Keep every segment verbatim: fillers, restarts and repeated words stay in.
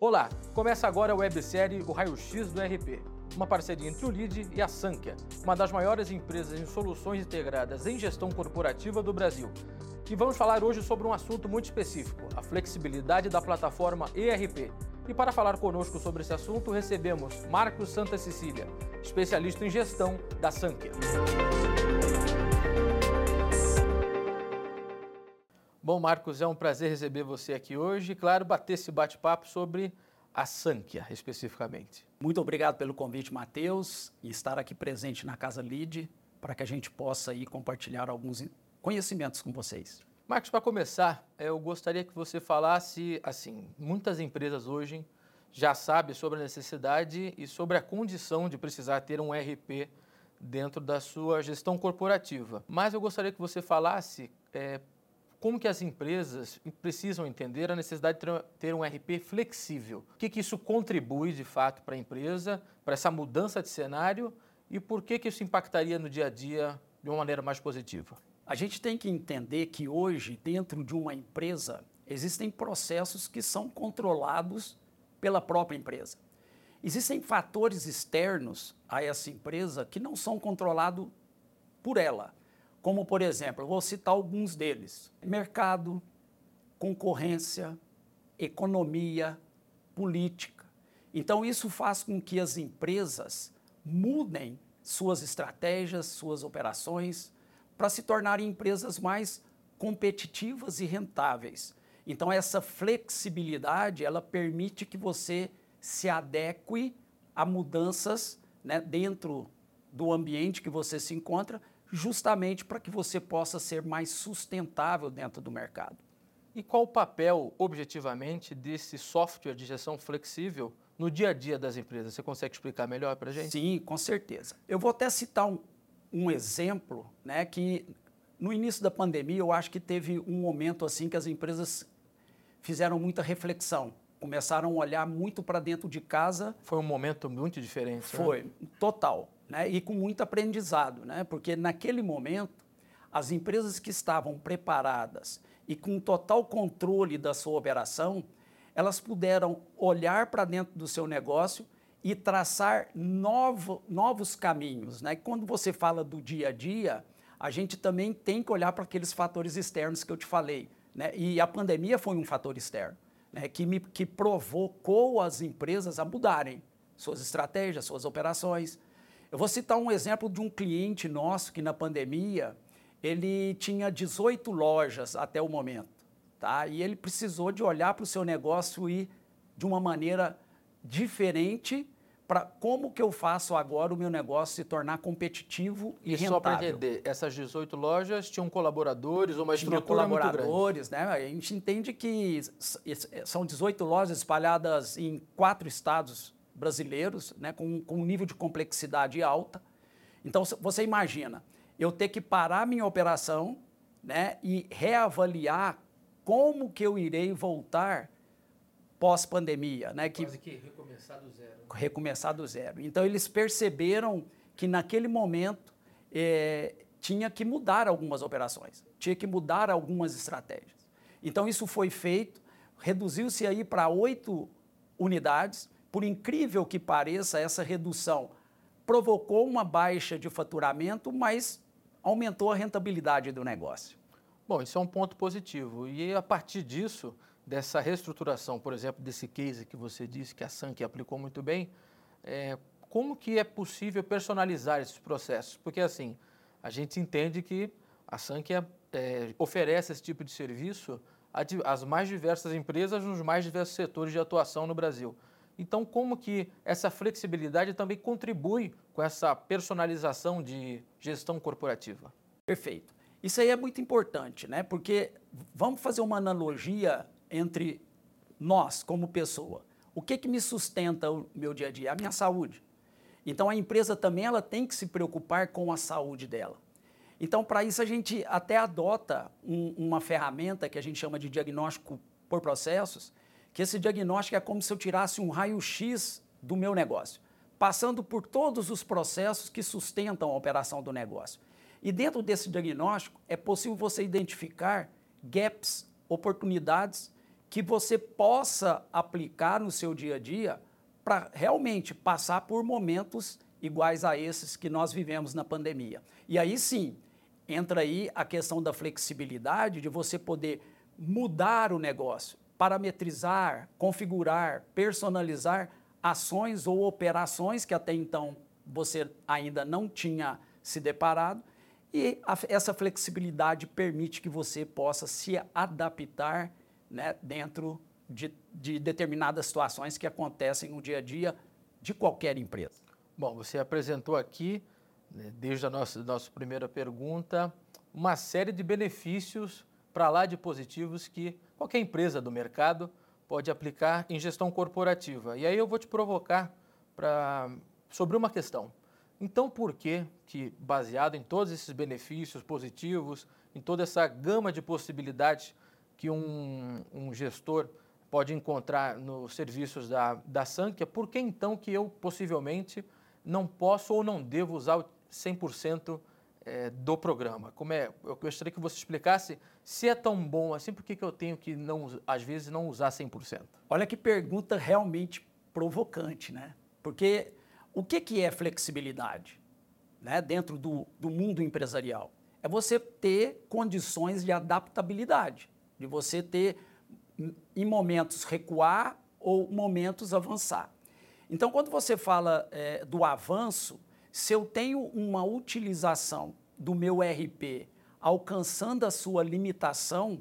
Olá, começa agora a websérie O Raio-X do R P, uma parceria entre o Lide e a Sankhya, uma das maiores empresas em soluções integradas em gestão corporativa do Brasil. E vamos falar hoje sobre um assunto muito específico, a flexibilidade da plataforma E R P. E para falar conosco sobre esse assunto, recebemos Marcos Santa Cecília, especialista em gestão da Sankhya. Bom, Marcos, é um prazer receber você aqui hoje e, claro, bater esse bate-papo sobre a Sankhya, especificamente. Muito obrigado pelo convite, Matheus, e estar aqui presente na Casa Lide para que a gente possa aí compartilhar alguns conhecimentos com vocês. Marcos, para começar, eu gostaria que você falasse, assim, muitas empresas hoje já sabem sobre a necessidade e sobre a condição de precisar ter um R P dentro da sua gestão corporativa. Mas eu gostaria que você falasse é, como que as empresas precisam entender a necessidade de ter um R P flexível. O que que isso contribui, de fato, para a empresa, para essa mudança de cenário e por que que isso impactaria no dia a dia de uma maneira mais positiva? A gente tem que entender que hoje, dentro de uma empresa, existem processos que são controlados pela própria empresa. Existem fatores externos a essa empresa que não são controlados por ela. Como, por exemplo, eu vou citar alguns deles: mercado, concorrência, economia, política. Então, isso faz com que as empresas mudem suas estratégias, suas operações, para se tornarem empresas mais competitivas e rentáveis. Então, essa flexibilidade, ela permite que você se adeque a mudanças, né, dentro do ambiente que você se encontra, justamente para que você possa ser mais sustentável dentro do mercado. E qual o papel, objetivamente, desse software de gestão flexível no dia a dia das empresas? Você consegue explicar melhor para a gente? Sim, com certeza. Eu vou até citar um, um exemplo, né, que no início da pandemia eu acho que teve um momento assim que as empresas fizeram muita reflexão, começaram a olhar muito para dentro de casa. Foi um momento muito diferente. Foi, né? total. Né, e com muito aprendizado, né, porque naquele momento as empresas que estavam preparadas e com total controle da sua operação, elas puderam olhar para dentro do seu negócio e traçar novo, novos caminhos. Né? Quando você fala do dia a dia, a gente também tem que olhar para aqueles fatores externos que eu te falei. Né? E a pandemia foi um fator externo, né, que, me, que provocou as empresas a mudarem suas estratégias, suas operações. Eu vou citar um exemplo de um cliente nosso que na pandemia ele tinha dezoito lojas até o momento, tá? E ele precisou de olhar para o seu negócio e de uma maneira diferente para como que eu faço agora o meu negócio se tornar competitivo e, e rentável. Só para entender, essas dezoito lojas tinham colaboradores ou uma estrutura tinha colaboradores, muito grande? Né? A gente entende que são dezoito lojas espalhadas em quatro estados brasileiros, né, com, com um nível de complexidade alta. Então, você imagina, eu ter que parar minha operação, né, e reavaliar como que eu irei voltar pós-pandemia. Né, que, Quase que recomeçar do zero. Recomeçar do zero. Então, eles perceberam que naquele momento é, tinha que mudar algumas operações, tinha que mudar algumas estratégias. Então, isso foi feito, reduziu-se aí para oito unidades. Por incrível que pareça, essa redução provocou uma baixa de faturamento, mas aumentou a rentabilidade do negócio. Bom, isso é um ponto positivo. E a partir disso, dessa reestruturação, por exemplo, desse case que você disse que a Sankhya aplicou muito bem, é, como que é possível personalizar esses processos? Porque, assim, a gente entende que a Sankhya é, oferece esse tipo de serviço às mais diversas empresas nos mais diversos setores de atuação no Brasil. Então, como que essa flexibilidade também contribui com essa personalização de gestão corporativa? Perfeito. Isso aí é muito importante, né? Porque vamos fazer uma analogia entre nós, como pessoa. O que que me sustenta o meu dia a dia? A minha saúde. Então, a empresa também ela tem que se preocupar com a saúde dela. Então, para isso, a gente até adota um, uma ferramenta que a gente chama de diagnóstico por processos, que esse diagnóstico é como se eu tirasse um raio-x do meu negócio, passando por todos os processos que sustentam a operação do negócio. E dentro desse diagnóstico é possível você identificar gaps, oportunidades que você possa aplicar no seu dia a dia para realmente passar por momentos iguais a esses que nós vivemos na pandemia. E aí sim, entra aí a questão da flexibilidade, de você poder mudar o negócio, parametrizar, configurar, personalizar ações ou operações que até então você ainda não tinha se deparado, e a, essa flexibilidade permite que você possa se adaptar, né, dentro de, de determinadas situações que acontecem no dia a dia de qualquer empresa. Bom, você apresentou aqui, né, desde a nossa, nossa primeira pergunta, uma série de benefícios para lá de positivos que qualquer empresa do mercado pode aplicar em gestão corporativa. E aí eu vou te provocar pra, sobre uma questão. Então, por que que, baseado em todos esses benefícios positivos, em toda essa gama de possibilidades que um, um gestor pode encontrar nos serviços da, da Sankhya, por que então que eu possivelmente não posso ou não devo usar o cem por cento é, do programa? Como é, eu gostaria que você explicasse, se é tão bom assim, por que que eu tenho que, não, às vezes, não usar cem por cento? Olha que pergunta realmente provocante, né? Porque o que, que é flexibilidade, né, dentro do, do mundo empresarial? É você ter condições de adaptabilidade, de você ter, em momentos, recuar ou momentos avançar. Então, quando você fala é, do avanço, se eu tenho uma utilização do meu R P alcançando a sua limitação,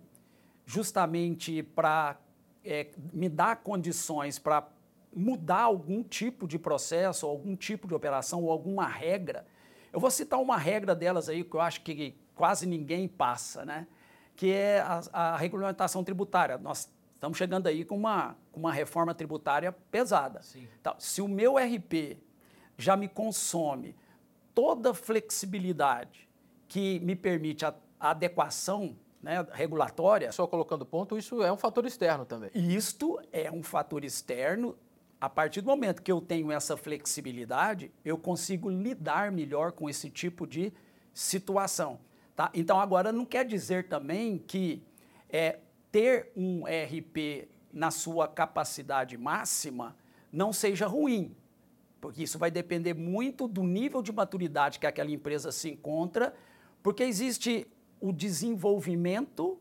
justamente para é, me dar condições para mudar algum tipo de processo, algum tipo de operação ou alguma regra, eu vou citar uma regra delas aí que eu acho que quase ninguém passa, né? Que é a, a regulamentação tributária. Nós estamos chegando aí com uma, com uma reforma tributária pesada. Sim. Então, se o meu R P já me consome toda a flexibilidade que me permite a, a adequação, né, regulatória... Só colocando ponto, isso é um fator externo também. Isto é um fator externo. A partir do momento que eu tenho essa flexibilidade, eu consigo lidar melhor com esse tipo de situação. Tá? Então, agora, não quer dizer também que é, ter um R P na sua capacidade máxima não seja ruim, porque isso vai depender muito do nível de maturidade que aquela empresa se encontra, porque existe o desenvolvimento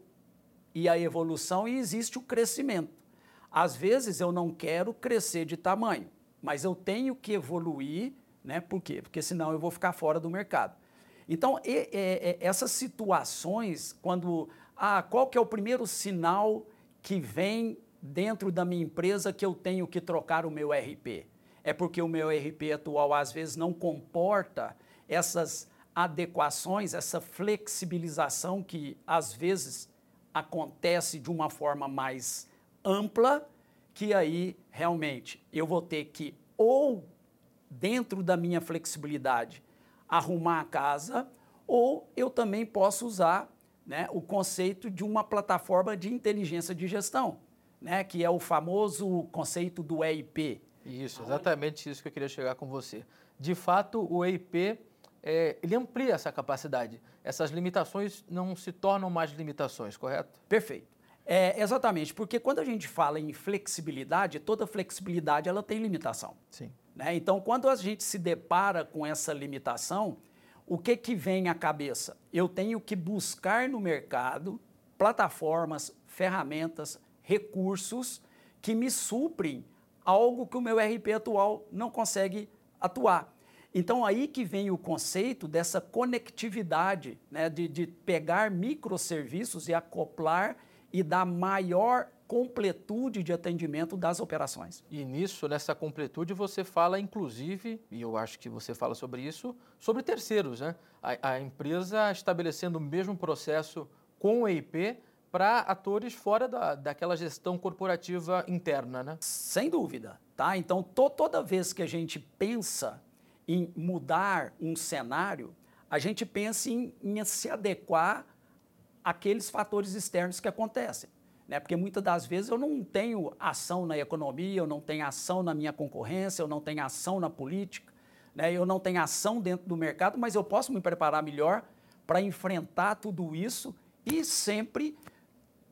e a evolução e existe o crescimento. Às vezes eu não quero crescer de tamanho, mas eu tenho que evoluir, né? Por quê? Porque senão eu vou ficar fora do mercado. Então, e, e, essas situações, quando... Ah, qual que é o primeiro sinal que vem dentro da minha empresa que eu tenho que trocar o meu R P? É porque o meu R P atual, às vezes, não comporta essas adequações, essa flexibilização que, às vezes, acontece de uma forma mais ampla, que aí, realmente, eu vou ter que, ou, dentro da minha flexibilidade, arrumar a casa, ou eu também posso usar, né, o conceito de uma plataforma de inteligência de gestão, né, que é o famoso conceito do E I P. Isso, exatamente isso que eu queria chegar com você. De fato, o E I P, é, ele amplia essa capacidade. Essas limitações não se tornam mais limitações, correto? Perfeito. É, exatamente, porque quando a gente fala em flexibilidade, toda flexibilidade ela tem limitação. Sim. Né? Então, quando a gente se depara com essa limitação, o que, que vem à cabeça? Eu tenho que buscar no mercado plataformas, ferramentas, recursos que me suprem algo que o meu R P atual não consegue atuar. Então, aí que vem o conceito dessa conectividade, né, de, de pegar microserviços e acoplar e dar maior completude de atendimento das operações. E nisso, nessa completude, você fala, inclusive, e eu acho que você fala sobre isso, sobre terceiros, né? A, a empresa estabelecendo o mesmo processo com o E I P para atores fora da, daquela gestão corporativa interna, né? Sem dúvida, tá? Então, to, toda vez que a gente pensa em mudar um cenário, a gente pensa em, em se adequar àqueles fatores externos que acontecem. Né? Porque muitas das vezes eu não tenho ação na economia, eu não tenho ação na minha concorrência, eu não tenho ação na política, né? Eu não tenho ação dentro do mercado, mas eu posso me preparar melhor para enfrentar tudo isso e sempre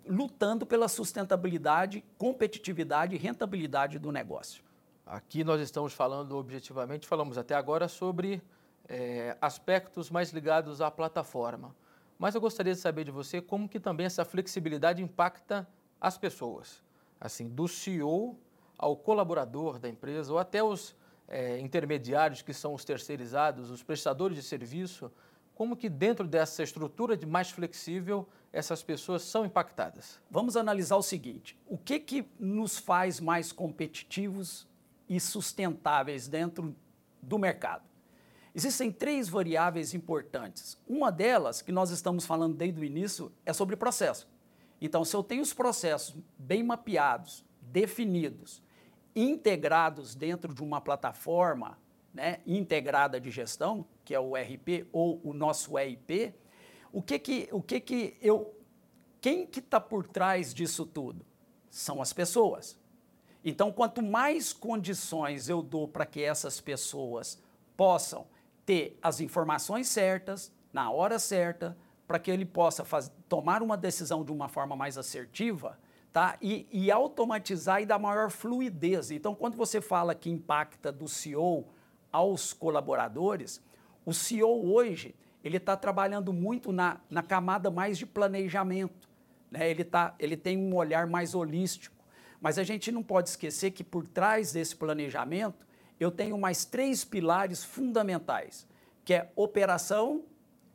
lutando pela sustentabilidade, competitividade e rentabilidade do negócio. Aqui nós estamos falando objetivamente, falamos até agora sobre é, aspectos mais ligados à plataforma. Mas eu gostaria de saber de você como que também essa flexibilidade impacta as pessoas. Assim, do C E O ao colaborador da empresa ou até os é, intermediários que são os terceirizados, os prestadores de serviço, como que dentro dessa estrutura de mais flexível essas pessoas são impactadas? Vamos analisar o seguinte, o que que nos faz mais competitivos e sustentáveis dentro do mercado? Existem três variáveis importantes. Uma delas, que nós estamos falando desde o início, é sobre processo. Então, se eu tenho os processos bem mapeados, definidos, integrados dentro de uma plataforma, né, integrada de gestão, que é o E R P ou o nosso E I P, o que que, o que que eu, quem que está por trás disso tudo? São as pessoas. Então, quanto mais condições eu dou para que essas pessoas possam ter as informações certas, na hora certa, para que ele possa faz, tomar uma decisão de uma forma mais assertiva, tá? E, e automatizar e dar maior fluidez. Então, quando você fala que impacta do C E O aos colaboradores, o C E O hoje ele está trabalhando muito na, na camada mais de planejamento, né? Ele, tá, ele tem um olhar mais holístico, mas a gente não pode esquecer que por trás desse planejamento eu tenho mais três pilares fundamentais, que é operação,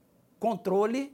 controle,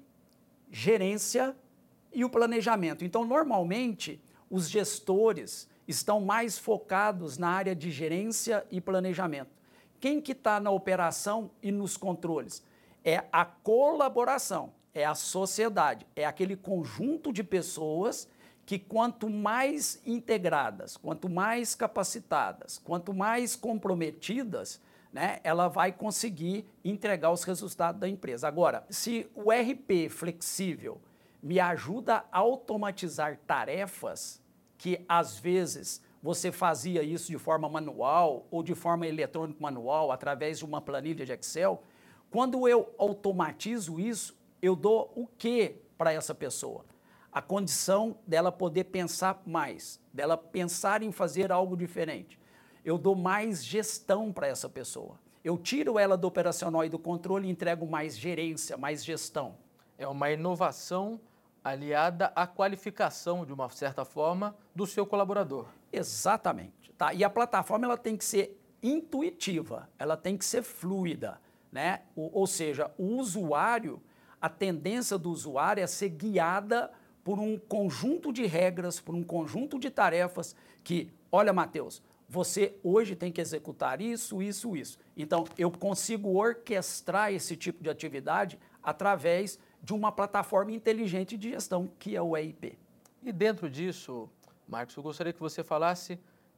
gerência e o planejamento. Então, normalmente, os gestores estão mais focados na área de gerência e planejamento. Quem que está na operação e nos controles? É a colaboração, é a sociedade, é aquele conjunto de pessoas que quanto mais integradas, quanto mais capacitadas, quanto mais comprometidas, né, ela vai conseguir entregar os resultados da empresa. Agora, se o E R P flexível me ajuda a automatizar tarefas que, às vezes, você fazia isso de forma manual ou de forma eletrônica manual, através de uma planilha de Excel, quando eu automatizo isso, eu dou o quê para essa pessoa? A condição dela poder pensar mais, dela pensar em fazer algo diferente. Eu dou mais gestão para essa pessoa. Eu tiro ela do operacional e do controle e entrego mais gerência, mais gestão. É uma inovação aliada à qualificação, de uma certa forma, do seu colaborador. Exatamente. Tá? E a plataforma ela tem que ser intuitiva, ela tem que ser fluida, né? Ou, ou seja, o usuário, a tendência do usuário é ser guiada por um conjunto de regras, por um conjunto de tarefas que, olha, Matheus, você hoje tem que executar isso, isso, isso. Então, eu consigo orquestrar esse tipo de atividade através de uma plataforma inteligente de gestão, que é o E I P. E dentro disso, Marcos, eu gostaria que você falasse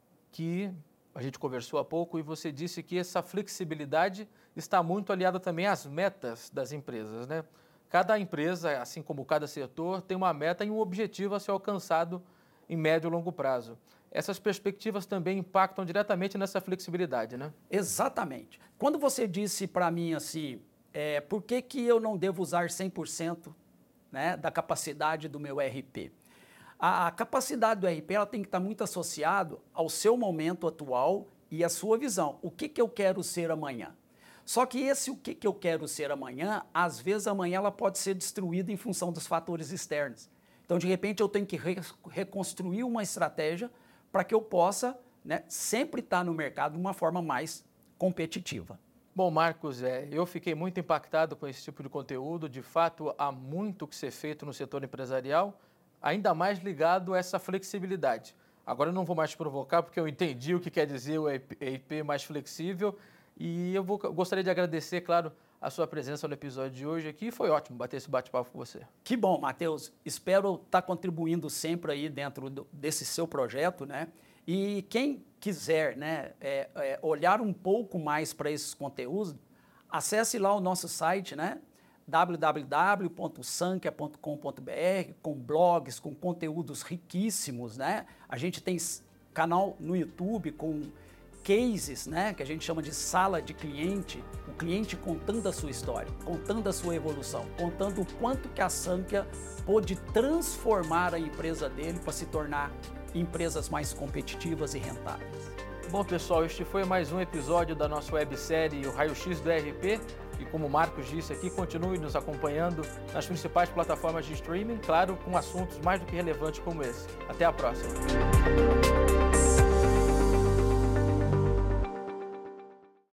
que a gente conversou há pouco e você disse que essa flexibilidade está muito aliada também às metas das empresas, né? Cada empresa, assim como cada setor, tem uma meta e um objetivo a ser alcançado em médio e longo prazo. Essas perspectivas também impactam diretamente nessa flexibilidade, né? Exatamente. Quando você disse para mim assim, é, por que que eu não devo usar cem por cento, né, da capacidade do meu E R P? A, a capacidade do E R P ela tem que estar muito associado ao seu momento atual e à sua visão. O que que eu quero ser amanhã? Só que esse o que, que eu quero ser amanhã, às vezes amanhã ela pode ser destruída em função dos fatores externos. Então, de repente, eu tenho que re reconstruir uma estratégia para que eu possa, né, sempre estar no mercado de uma forma mais competitiva. Bom, Marcos, é, eu fiquei muito impactado com esse tipo de conteúdo. De fato, há muito que ser feito no setor empresarial, ainda mais ligado a essa flexibilidade. Agora eu não vou mais te provocar, porque eu entendi o que quer dizer o E I P mais flexível. E eu vou, gostaria de agradecer, claro, a sua presença no episódio de hoje aqui. Foi ótimo bater esse bate-papo com você. Que bom, Matheus. Espero estar contribuindo sempre aí dentro do, desse seu projeto, né? E quem quiser, né, é, é, olhar um pouco mais para esses conteúdos, acesse lá o nosso site, né? w w w ponto sankia ponto com ponto b r, com blogs, com conteúdos riquíssimos, né? A gente tem canal no YouTube com cases, né, que a gente chama de sala de cliente, o cliente contando a sua história, contando a sua evolução, contando o quanto que a Sankhya pôde transformar a empresa dele para se tornar empresas mais competitivas e rentáveis. Bom, pessoal, este foi mais um episódio da nossa websérie O Raio-X do R P. E como o Marcos disse aqui, continue nos acompanhando nas principais plataformas de streaming, claro, com assuntos mais do que relevantes como esse. Até a próxima!